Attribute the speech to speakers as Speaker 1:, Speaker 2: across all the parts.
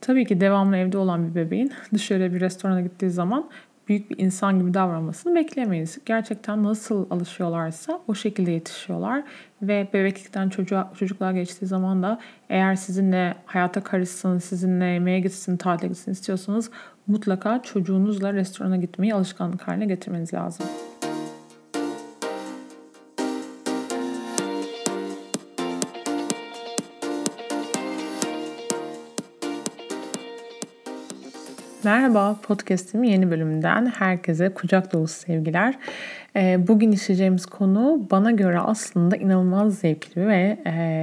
Speaker 1: Tabii ki devamlı evde olan bir bebeğin dışarıya bir restorana gittiği zaman büyük bir insan gibi davranmasını beklemeyiz. Gerçekten nasıl alışıyorlarsa o şekilde yetişiyorlar ve bebeklikten çocukluğa geçtiği zaman da eğer sizinle hayata karışsın, sizinle yemeğe gitsin, tatile gitsin istiyorsanız mutlaka çocuğunuzla restorana gitmeyi alışkanlık haline getirmeniz lazım. Merhaba, podcast'imin yeni bölümünden herkese kucak dolusu sevgiler. Bugün işleyeceğimiz konu bana göre aslında inanılmaz zevkli ve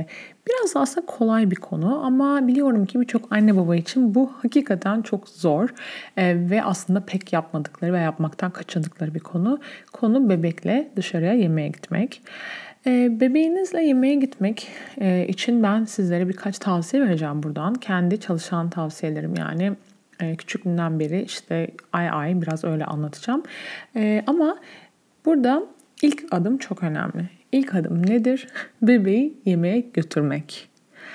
Speaker 1: biraz da aslında kolay bir konu. Ama biliyorum ki birçok anne baba için bu hakikaten çok zor ve aslında pek yapmadıkları ve yapmaktan kaçındıkları bir konu. Konu bebekle dışarıya yemeğe gitmek. Bebeğinizle yemeğe gitmek için ben sizlere birkaç tavsiye vereceğim buradan. Kendi çalışan tavsiyelerim yani. Küçüklüğümden beri işte ay biraz öyle anlatacağım. Ama burada ilk adım çok önemli. İlk adım nedir? Bebeği yemeğe götürmek.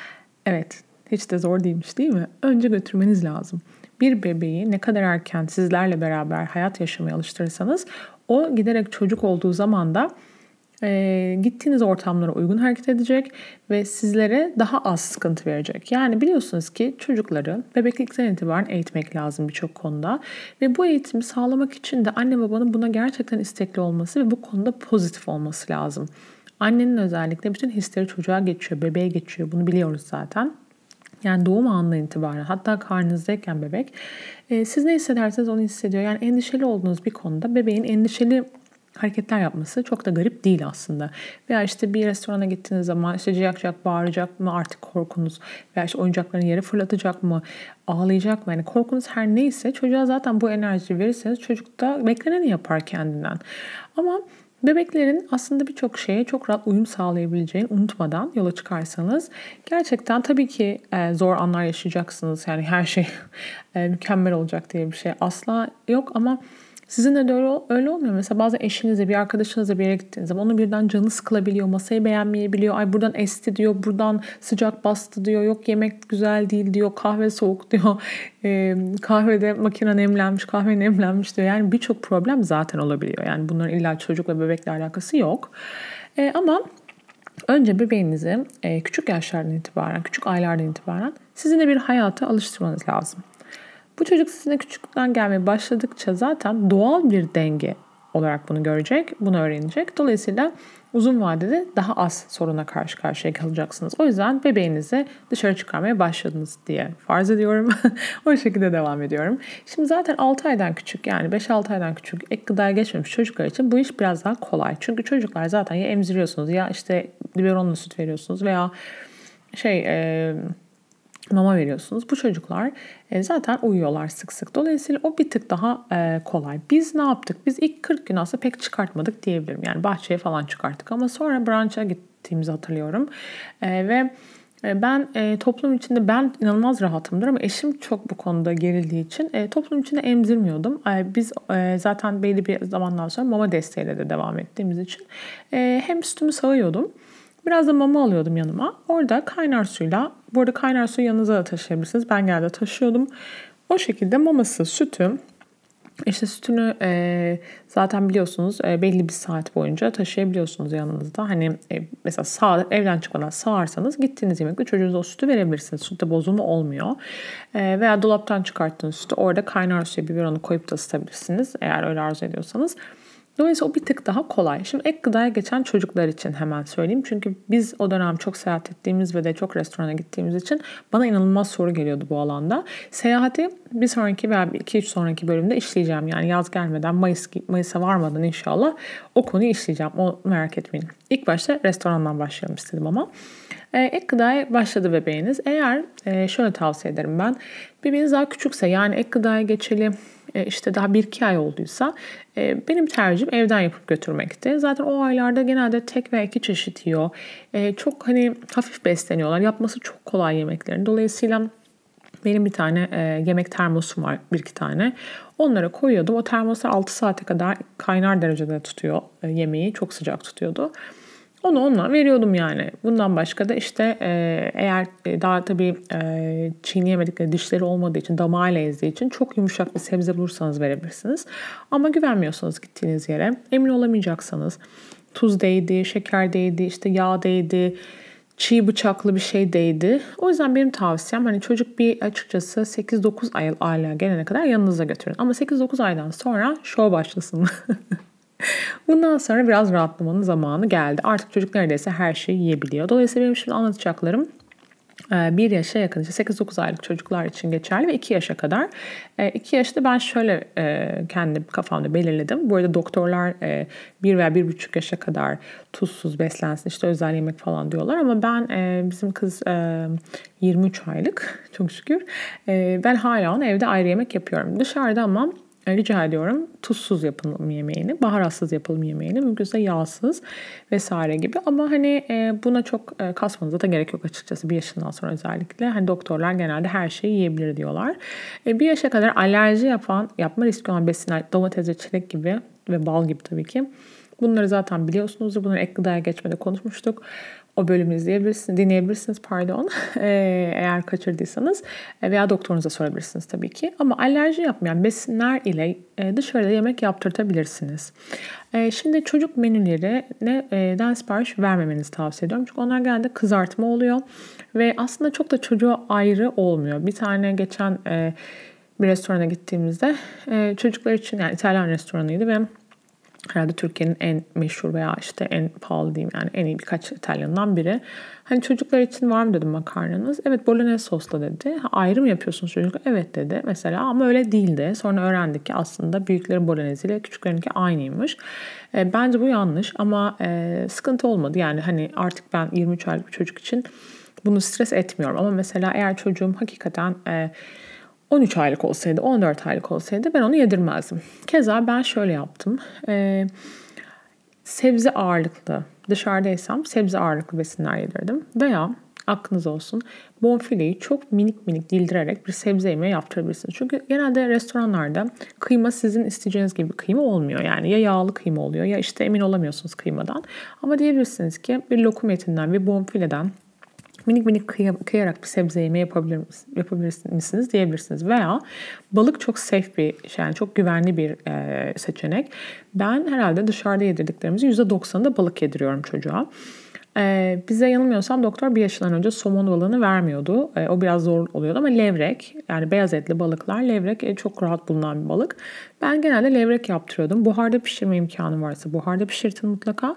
Speaker 1: Evet, hiç de zor değilmiş değil mi? Önce götürmeniz lazım. Bir bebeği ne kadar erken sizlerle beraber hayat yaşamaya alıştırırsanız o giderek çocuk olduğu zaman da gittiğiniz ortamlara uygun hareket edecek ve sizlere daha az sıkıntı verecek. Yani biliyorsunuz ki çocukları bebeklikten itibaren eğitmek lazım birçok konuda ve bu eğitimi sağlamak için de anne babanın buna gerçekten istekli olması ve bu konuda pozitif olması lazım. Annenin özellikle bütün hisleri çocuğa geçiyor, bebeğe geçiyor. Bunu biliyoruz zaten. Yani doğum anından itibaren hatta karnınızdayken bebek siz ne hissederseniz onu hissediyor. Yani endişeli olduğunuz bir konuda bebeğin endişeli hareketler yapması çok da garip değil aslında. Veya işte bir restorana gittiğiniz zaman işte ciyak bağıracak mı artık korkunuz veya işte oyuncaklarını yere fırlatacak mı, ağlayacak mı? Yani korkunuz her neyse çocuğa zaten bu enerjiyi verirseniz çocuk da bekleneni yapar kendinden. Ama bebeklerin aslında birçok şeye çok rahat uyum sağlayabileceğini unutmadan yola çıkarsanız gerçekten tabii ki zor anlar yaşayacaksınız. Yani her şey mükemmel olacak diye bir şey asla yok ama sizinle de öyle olmuyor. Mesela bazen eşinizle, bir arkadaşınızla bir yere gittiğiniz zaman onun birden canı sıkılabiliyor, masayı beğenmeyebiliyor. Ay buradan esti diyor, buradan sıcak bastı diyor, yok yemek güzel değil diyor, kahve soğuk diyor. Kahvede makine nemlenmiş, kahve nemlenmiş diyor. Yani birçok problem zaten olabiliyor. Yani bunların illa çocuk ve bebekle alakası yok. Ama önce bebeğinizi küçük yaşlardan itibaren, küçük aylardan itibaren sizinle bir hayata alıştırmanız lazım. Bu çocuk sizinle küçükten gelmeye başladıkça zaten doğal bir denge olarak bunu görecek, bunu öğrenecek. Dolayısıyla uzun vadede daha az soruna karşı karşıya kalacaksınız. O yüzden bebeğinizi dışarı çıkarmaya başladınız diye farz ediyorum. O şekilde devam ediyorum. Şimdi zaten 6 aydan küçük yani 5-6 aydan küçük ek gıdaya geçmemiş çocuklar için bu iş biraz daha kolay. Çünkü çocuklar zaten ya emziriyorsunuz ya işte biberonla süt veriyorsunuz veya mama veriyorsunuz. Bu çocuklar zaten uyuyorlar sık sık. Dolayısıyla o bir tık daha kolay. Biz ne yaptık? Biz ilk 40 gün aslında pek çıkartmadık diyebilirim. Yani bahçeye falan çıkarttık ama sonra brunch'a gittiğimizi hatırlıyorum. Ve ben toplum içinde ben inanılmaz rahatımdır ama eşim çok bu konuda gerildiği için toplum içinde emzirmiyordum. Biz zaten belli bir zamandan sonra mama desteğiyle de devam ettiğimiz için hem sütümü sağıyordum. Biraz da mama alıyordum yanıma. Orada kaynar suyla, bu arada kaynar suyu yanınıza da taşıyabilirsiniz. Ben genelde taşıyordum. O şekilde maması, sütü, işte sütünü zaten biliyorsunuz belli bir saat boyunca taşıyabiliyorsunuz yanınızda. Hani mesela evden çıkmadan sağarsanız gittiğiniz yemekte çocuğunuza o sütü verebilirsiniz. Sütte bozulma olmuyor. Veya dolaptan çıkarttığınız sütü orada kaynar suya biberonu koyup da ısıtabilirsiniz. Eğer öyle arzu ediyorsanız. Dolayısıyla o bir tık daha kolay. Şimdi ek gıdaya geçen çocuklar için hemen söyleyeyim. Çünkü biz o dönem çok seyahat ettiğimiz ve de çok restorana gittiğimiz için bana inanılmaz soru geliyordu bu alanda. Seyahati bir sonraki veya 2-3 sonraki bölümde işleyeceğim. Yani yaz gelmeden Mayıs'a varmadan inşallah o konuyu işleyeceğim. O merak etmeyin. İlk başta restorandan başlayalım istedim ama. Ek gıdaya başladı bebeğiniz. Eğer şöyle tavsiye ederim ben. Bebeğiniz daha küçükse yani ek gıdaya geçeli işte daha 1-2 ay olduysa benim tercihim evden yapıp götürmekti. Zaten o aylarda genelde tek veya 2 çeşit yiyor. Çok hani hafif besleniyorlar. Yapması çok kolay yemeklerin. Dolayısıyla benim bir tane yemek termosum var, 1-2 tane. Onlara koyuyordum. O termoslar 6 saate kadar kaynar derecede tutuyor yemeği. Çok sıcak tutuyordu. Onu onunla veriyordum yani. Bundan başka da işte eğer daha tabii çiğneyemedikleri dişleri olmadığı için, damağıyla ezdiği için çok yumuşak bir sebze bulursanız verebilirsiniz. Ama güvenmiyorsanız gittiğiniz yere, emin olamayacaksanız tuz değdi, şeker değdi, işte yağ değdi, çiğ bıçaklı bir şey değdi. O yüzden benim tavsiyem hani çocuk bir açıkçası 8-9 aylığa gelene kadar yanınıza götürün. Ama 8-9 aydan sonra şov başlasın. Bundan sonra biraz rahatlamanın zamanı geldi. Artık çocuk neredeyse her şeyi yiyebiliyor. Dolayısıyla benim şimdi anlatacaklarım 1 yaşa yakın, işte 8-9 aylık çocuklar için geçerli ve 2 yaşa kadar. 2 yaşta ben şöyle kendi kafamda belirledim. Bu arada doktorlar 1 veya 1,5 yaşa kadar tuzsuz beslensin, işte özel yemek falan diyorlar. Ama ben bizim kız 23 aylık çok şükür. Ben hala ona evde ayrı yemek yapıyorum. Dışarıda ama rica ediyorum tuzsuz yapalım yemeğini, baharatsız yapalım yemeğini, mümkünse yağsız vesaire gibi. Ama hani buna çok kasmanıza da gerek yok açıkçası 1 yaşından sonra özellikle. Hani doktorlar genelde her şeyi yiyebilir diyorlar. 1 yaşa kadar alerji yapma riski olan besinler domates ve çilek gibi ve bal gibi tabii ki. Bunları zaten biliyorsunuzdur. Bunları ek gıdaya geçmede konuşmuştuk. O bölümü dinleyebilirsiniz eğer kaçırdıysanız veya doktorunuza sorabilirsiniz tabii ki. Ama alerji yapmayan besinler ile dışarıda yemek yaptırtabilirsiniz. Şimdi çocuk menülerine sipariş vermemenizi tavsiye ediyorum. Çünkü onlar genelde kızartma oluyor ve aslında çok da çocuğa ayrı olmuyor. Bir tane geçen bir restorana gittiğimizde çocuklar için, yani İtalyan restoranıydı ve herhalde Türkiye'nin en meşhur veya işte en pahalı diyeyim, yani en iyi birkaç İtalyanından biri. Hani çocuklar için var mı dedim makarnanız? Evet, bolognese sosla dedi. Ayrı mı yapıyorsunuz çocuklar? Evet dedi mesela, ama öyle değildi. Sonra öğrendik ki aslında büyüklerin bolognese ile küçüklerinki aynıymış. Bence bu yanlış ama sıkıntı olmadı. Yani hani artık ben 23 aylık bir çocuk için bunu stres etmiyorum. Ama mesela eğer çocuğum hakikaten 13 aylık olsaydı, 14 aylık olsaydı ben onu yedirmezdim. Keza ben şöyle yaptım. Sebze ağırlıklı, dışarıdaysam sebze ağırlıklı besinler yedirdim. Veya aklınız olsun, bonfileyi çok minik minik dildirerek bir sebze yemeği yaptırabilirsiniz. Çünkü genelde restoranlarda kıyma sizin isteyeceğiniz gibi kıyma olmuyor. Yani ya yağlı kıyma oluyor ya işte emin olamıyorsunuz kıymadan. Ama diyebilirsiniz ki bir lokum etinden, bir bonfileden minik minik kıyarak bir sebze yemeği yapabilir misiniz diyebilirsiniz. Veya balık çok safe bir şey, yani çok güvenli bir seçenek. Ben herhalde dışarıda yedirdiklerimizin %90'ında balık yediriyorum çocuğa. Bize yanılmıyorsam doktor 1 yaşından önce somon balığını vermiyordu. O biraz zor oluyordu ama levrek, yani beyaz etli balıklar, levrek çok rahat bulunan bir balık. Ben genelde levrek yaptırıyordum. Buharda pişirme imkanı varsa buharda pişirtin mutlaka.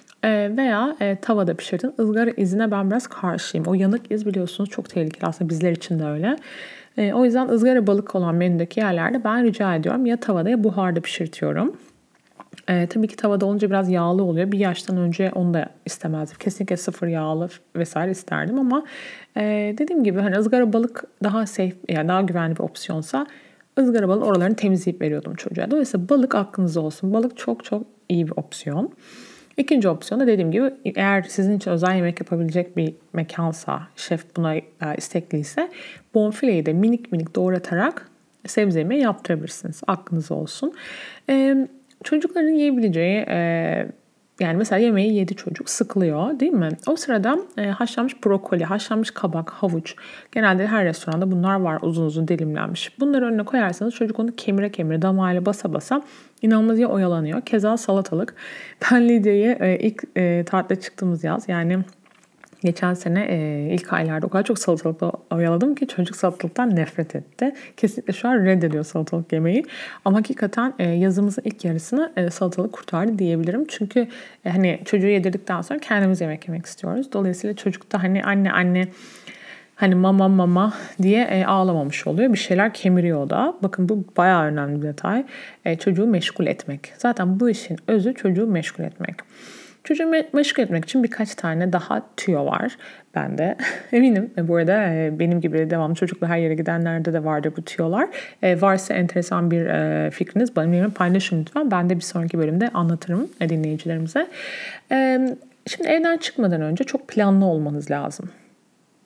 Speaker 1: Veya tavada pişirtin. Izgara izine ben biraz karşıyım. O yanık iz biliyorsunuz çok tehlikeli, aslında bizler için de öyle. O yüzden ızgara balık olan menüdeki yerlerde ben rica ediyorum ya tavada ya buharda pişirtiyorum. Tabii ki tavada olunca biraz yağlı oluyor. 1 yaştan önce onu da istemezdim. Kesinlikle 0 yağlı vesaire isterdim ama dediğim gibi hani ızgara balık daha safe, yani daha güvenli bir opsiyonsa ızgara balık oralarını temizleyip veriyordum çocuğa. Dolayısıyla balık aklınızda olsun. Balık çok çok iyi bir opsiyon. İkinci opsiyon da dediğim gibi, eğer sizin için özel yemek yapabilecek bir mekansa, şef buna istekliyse bonfileyi de minik minik doğratarak sebze yemeği yaptırabilirsiniz. Aklınızda olsun. Çocukların yiyebileceği, yani mesela yemeği yedi çocuk, sıkılıyor değil mi? O sırada haşlanmış brokoli, haşlanmış kabak, havuç. Genelde her restoranda bunlar var, uzun uzun dilimlenmiş. Bunları önüne koyarsanız çocuk onu kemire kemire, damağıyla basa basa inanılmaz iyi oyalanıyor. Keza salatalık. Ben Lidya'yı ilk tatile çıktığımız yaz, yani geçen sene ilk aylarda o kadar çok salatalıkla oyaladım ki çocuk salatalıktan nefret etti. Kesinlikle şu an reddediyor salatalık yemeği. Ama hakikaten yazımızın ilk yarısını salatalık kurtardı diyebilirim. Çünkü hani çocuğu yedirdikten sonra kendimiz yemek istiyoruz. Dolayısıyla çocuk da hani anne hani mama diye ağlamamış oluyor. Bir şeyler kemiriyor da. Bakın bu bayağı önemli bir detay. Çocuğu meşgul etmek. Zaten bu işin özü çocuğu meşgul etmek. Çocuğu meşgul etmek için birkaç tane daha tüyo var bende. Eminim bu arada benim gibi devamlı çocukla her yere gidenlerde de vardır bu tüyolar. Varsa enteresan bir fikriniz benimle paylaşın lütfen. Ben de bir sonraki bölümde anlatırım dinleyicilerimize. Şimdi evden çıkmadan önce çok planlı olmanız lazım.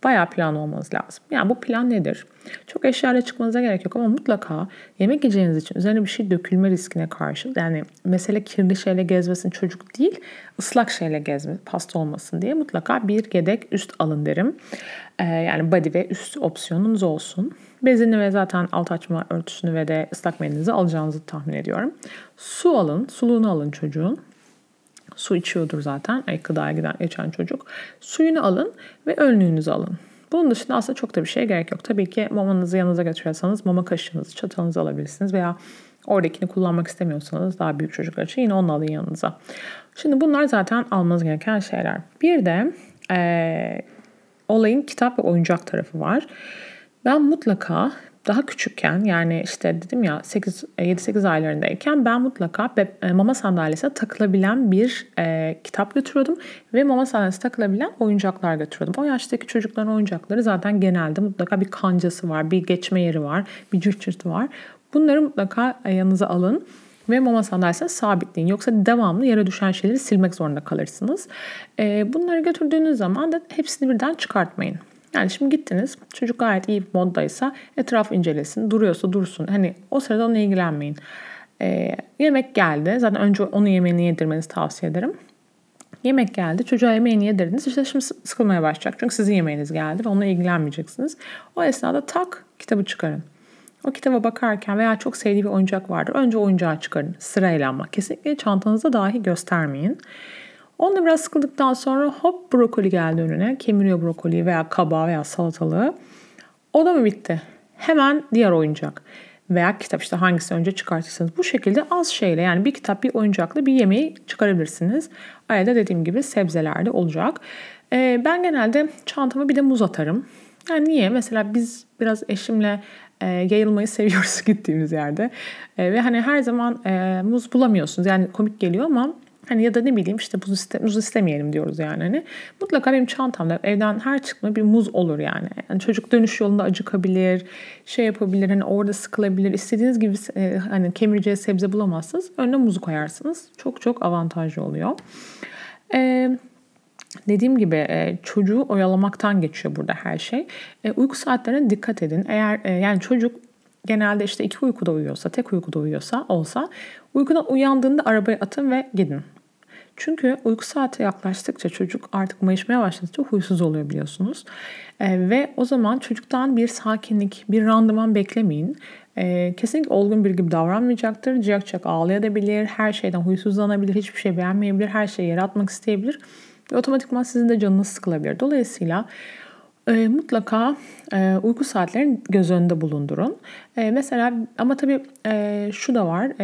Speaker 1: bayağı plan olmanız lazım. Yani bu plan nedir? Çok eşyayla çıkmanıza gerek yok ama mutlaka yemek yiyeceğiniz için üzerine bir şey dökülme riskine karşı, yani mesele kirli şeyle gezmesin çocuk değil, ıslak şeyle gezme, pasta olmasın diye mutlaka bir yedek üst alın derim. Yani body ve üst opsiyonunuz olsun. Bezini ve zaten alt açma örtüsünü ve de ıslak mendilinizi alacağınızı tahmin ediyorum. Su alın, suluğunu alın çocuğun. Su içiyordur zaten gıdaya geçen çocuk. Suyunu alın ve önlüğünüzü alın. Bunun dışında aslında çok da bir şeye gerek yok. Tabii ki mamanızı yanınıza götürüyorsanız mama kaşığınızı, çatalınızı alabilirsiniz veya oradakini kullanmak istemiyorsanız daha büyük çocuklar için yine onu alın yanınıza. Şimdi bunlar zaten almanız gereken şeyler. Bir de olayın kitap ve oyuncak tarafı var. Ben mutlaka daha küçükken, yani işte dedim ya 7-8 aylarındayken ben mutlaka mama sandalyesine takılabilen bir kitap götürüyordum ve mama sandalyesine takılabilen oyuncaklar götürüyordum. O yaştaki çocukların oyuncakları zaten genelde mutlaka bir kancası var, bir geçme yeri var, bir cırt cırtı var. Bunları mutlaka yanınıza alın ve mama sandalyesine sabitleyin. Yoksa devamlı yere düşen şeyleri silmek zorunda kalırsınız. Bunları götürdüğünüz zaman da hepsini birden çıkartmayın. Yani şimdi gittiniz, çocuk gayet iyi bir moddaysa etraf incelesin, duruyorsa dursun. Hani o sırada onunla ilgilenmeyin. Yemek geldi. Zaten önce onu yemeğini yedirmenizi tavsiye ederim. Yemek geldi. Çocuğa yemeğini yedirdiniz. İşte şimdi sıkılmaya başlayacak. Çünkü sizin yemeğiniz geldi ve onunla ilgilenmeyeceksiniz. O esnada kitabı çıkarın. O kitaba bakarken veya çok sevdiği bir oyuncak vardır. Önce oyuncağı çıkarın sırayla ama. Kesinlikle çantanızda dahi göstermeyin. Onunla biraz sıkıldıktan sonra hop brokoli geldi önüne. Kemiriyor brokoliyi veya kabağı veya salatalığı. O da mı bitti? Hemen diğer oyuncak veya kitap, işte hangisi önce çıkartırsanız. Bu şekilde az şeyle, yani bir kitap bir oyuncakla bir yemeği çıkarabilirsiniz. Arada dediğim gibi sebzeler de olacak. Ben genelde çantama bir de muz atarım. Yani niye? Mesela biz biraz eşimle yayılmayı seviyoruz gittiğimiz yerde. Ve hani her zaman muz bulamıyorsunuz. Yani komik geliyor ama hani ya da ne bileyim işte muz istemeyelim diyoruz yani. Hani mutlaka benim çantamda evden her çıkma bir muz olur yani. Yani çocuk dönüş yolunda acıkabilir, şey yapabilir, hani orada sıkılabilir. İstediğiniz gibi hani kemireceği sebze bulamazsınız. Önüne muzu koyarsınız. Çok çok avantajlı oluyor. Dediğim gibi çocuğu oyalamaktan geçiyor burada her şey. Uyku saatlerine dikkat edin. Eğer yani çocuk genelde işte 2 uykuda uyuyorsa, tek uykuda uyuyorsa uykudan uyandığında arabaya atın ve gidin. Çünkü uyku saati yaklaştıkça çocuk artık mayışmaya başladıkça huysuz oluyor biliyorsunuz. Ve o zaman çocuktan bir sakinlik, bir randıman beklemeyin. Kesinlikle olgun bir gibi davranmayacaktır. Ciyak ciyak ağlayabilir, her şeyden huysuzlanabilir, hiçbir şey beğenmeyebilir, her şeyi yere atmak isteyebilir. Ve otomatikman sizin de canınız sıkılabilir. Dolayısıyla mutlaka uyku saatlerini göz önünde bulundurun. Mesela ama tabii şu da var.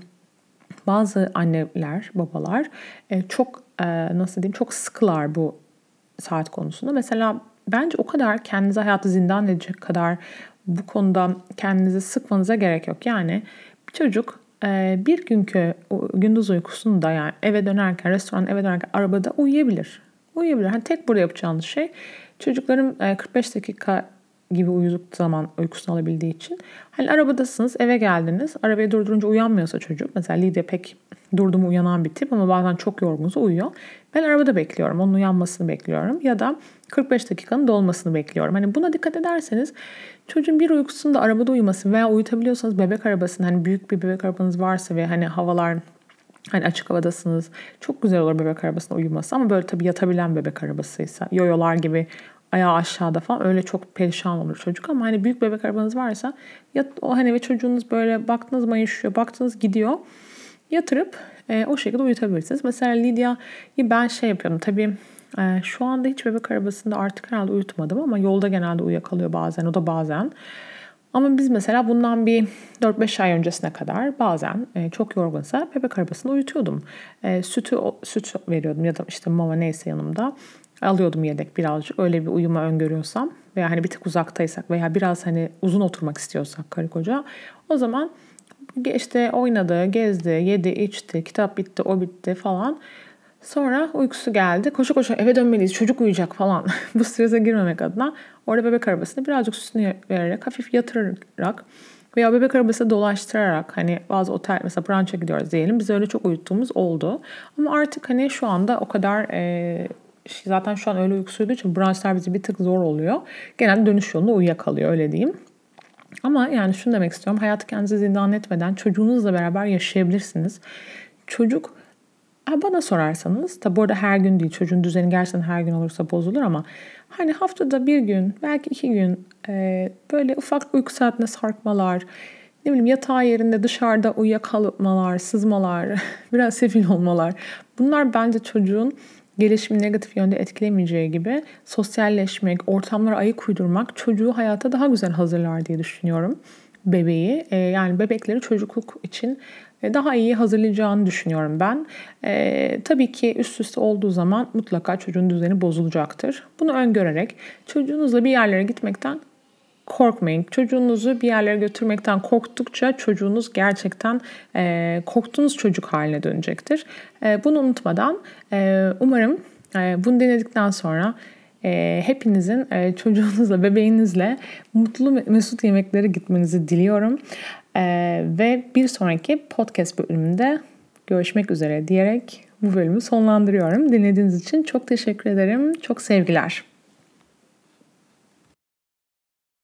Speaker 1: Bazı anneler, babalar çok nasıl diyeyim, çok sıkılar bu saat konusunda. Mesela bence o kadar kendinize hayatı zindan edecek kadar bu konuda kendinizi sıkmanıza gerek yok. Yani bir çocuk bir günkü gündüz uykusunda, yani restoran eve dönerken arabada uyuyabilir. Uyuyabilir. Hani tek burada yapacağınız şey, çocukların 45 dakika gibi uyuduk zaman uykusunu alabildiği için. Hani arabadasınız, eve geldiniz. Arabayı durdurunca uyanmıyorsa çocuk. Mesela Lidya pek durdu mu uyanan bir tip ama bazen çok yorgunsa uyuyor. Ben arabada bekliyorum. Onun uyanmasını bekliyorum. Ya da 45 dakikanın dolmasını bekliyorum. Hani buna dikkat ederseniz çocuğun bir uykusunda arabada uyuması veya uyutabiliyorsanız bebek arabasında, hani büyük bir bebek arabanız varsa ve hani havalar, hani açık havadasınız, çok güzel olur bebek arabasında uyuması, ama böyle tabii yatabilen bebek arabasıysa, yoyolar gibi ayağı aşağıda falan, öyle çok perişan olur çocuk. Ama hani büyük bebek arabanız varsa o hani ve çocuğunuz böyle baktınız mayışıyor, baktınız gidiyor, yatırıp o şekilde uyutabilirsiniz. Mesela Lidya'yı ben yapıyorum tabii, şu anda hiç bebek arabasında artık herhalde uyutmadım ama yolda genelde uyuyakalıyor bazen, o da bazen. Ama biz mesela bundan bir 4-5 ay öncesine kadar bazen çok yorgunsa bebek arabasında uyutuyordum. Süt veriyordum ya da işte mama neyse yanımda. Alıyordum yedek birazcık, öyle bir uyuma öngörüyorsam veya hani bir tık uzaktaysak veya biraz hani uzun oturmak istiyorsak karı koca, o zaman işte oynadı, gezdi, yedi, içti, kitap bitti, o bitti falan. Sonra uykusu geldi. Koşu koşu eve dönmeliyiz, çocuk uyuyacak falan. Bu strese girmemek adına orada bebek arabasında birazcık süsünü vererek, hafif yatırarak veya bebek arabası dolaştırarak, hani bazı otel mesela brunch'a gidiyoruz diyelim. Biz öyle çok uyuttuğumuz oldu. Ama artık hani şu anda o kadar zaten şu an öğle uykusu uyuduğu için brunchlar bize bir tık zor oluyor. Genelde dönüş yolunda uyuyakalıyor, öyle diyeyim. Ama yani şunu demek istiyorum. Hayatı kendinize zindan etmeden çocuğunuzla beraber yaşayabilirsiniz. Çocuk, bana sorarsanız, tabi bu arada her gün değil, çocuğun düzeni gerçekten her gün olursa bozulur ama hani haftada bir gün, belki 2 gün böyle ufak uyku saatinde sarkmalar, ne bileyim yatağı yerinde dışarıda uyuyakalmalar, sızmalar, biraz sefil olmalar. Bunlar bence çocuğun gelişimi negatif yönde etkilemeyeceği gibi sosyalleşmek, ortamlara ayak uydurmak çocuğu hayata daha güzel hazırlar diye düşünüyorum. Bebeği, yani bebekleri çocukluk için daha iyi hazırlayacağını düşünüyorum ben. Tabii ki üst üste olduğu zaman mutlaka çocuğun düzeni bozulacaktır. Bunu öngörerek çocuğunuzla bir yerlere gitmekten korkmayın. Çocuğunuzu bir yerlere götürmekten korktukça çocuğunuz gerçekten korktuğunuz çocuk haline dönecektir. Bunu unutmadan umarım bunu denedikten sonra hepinizin çocuğunuzla, bebeğinizle mutlu mesut yemeklere gitmenizi diliyorum. Ve bir sonraki podcast bölümünde görüşmek üzere diyerek bu bölümü sonlandırıyorum. Dinlediğiniz için çok teşekkür ederim. Çok sevgiler.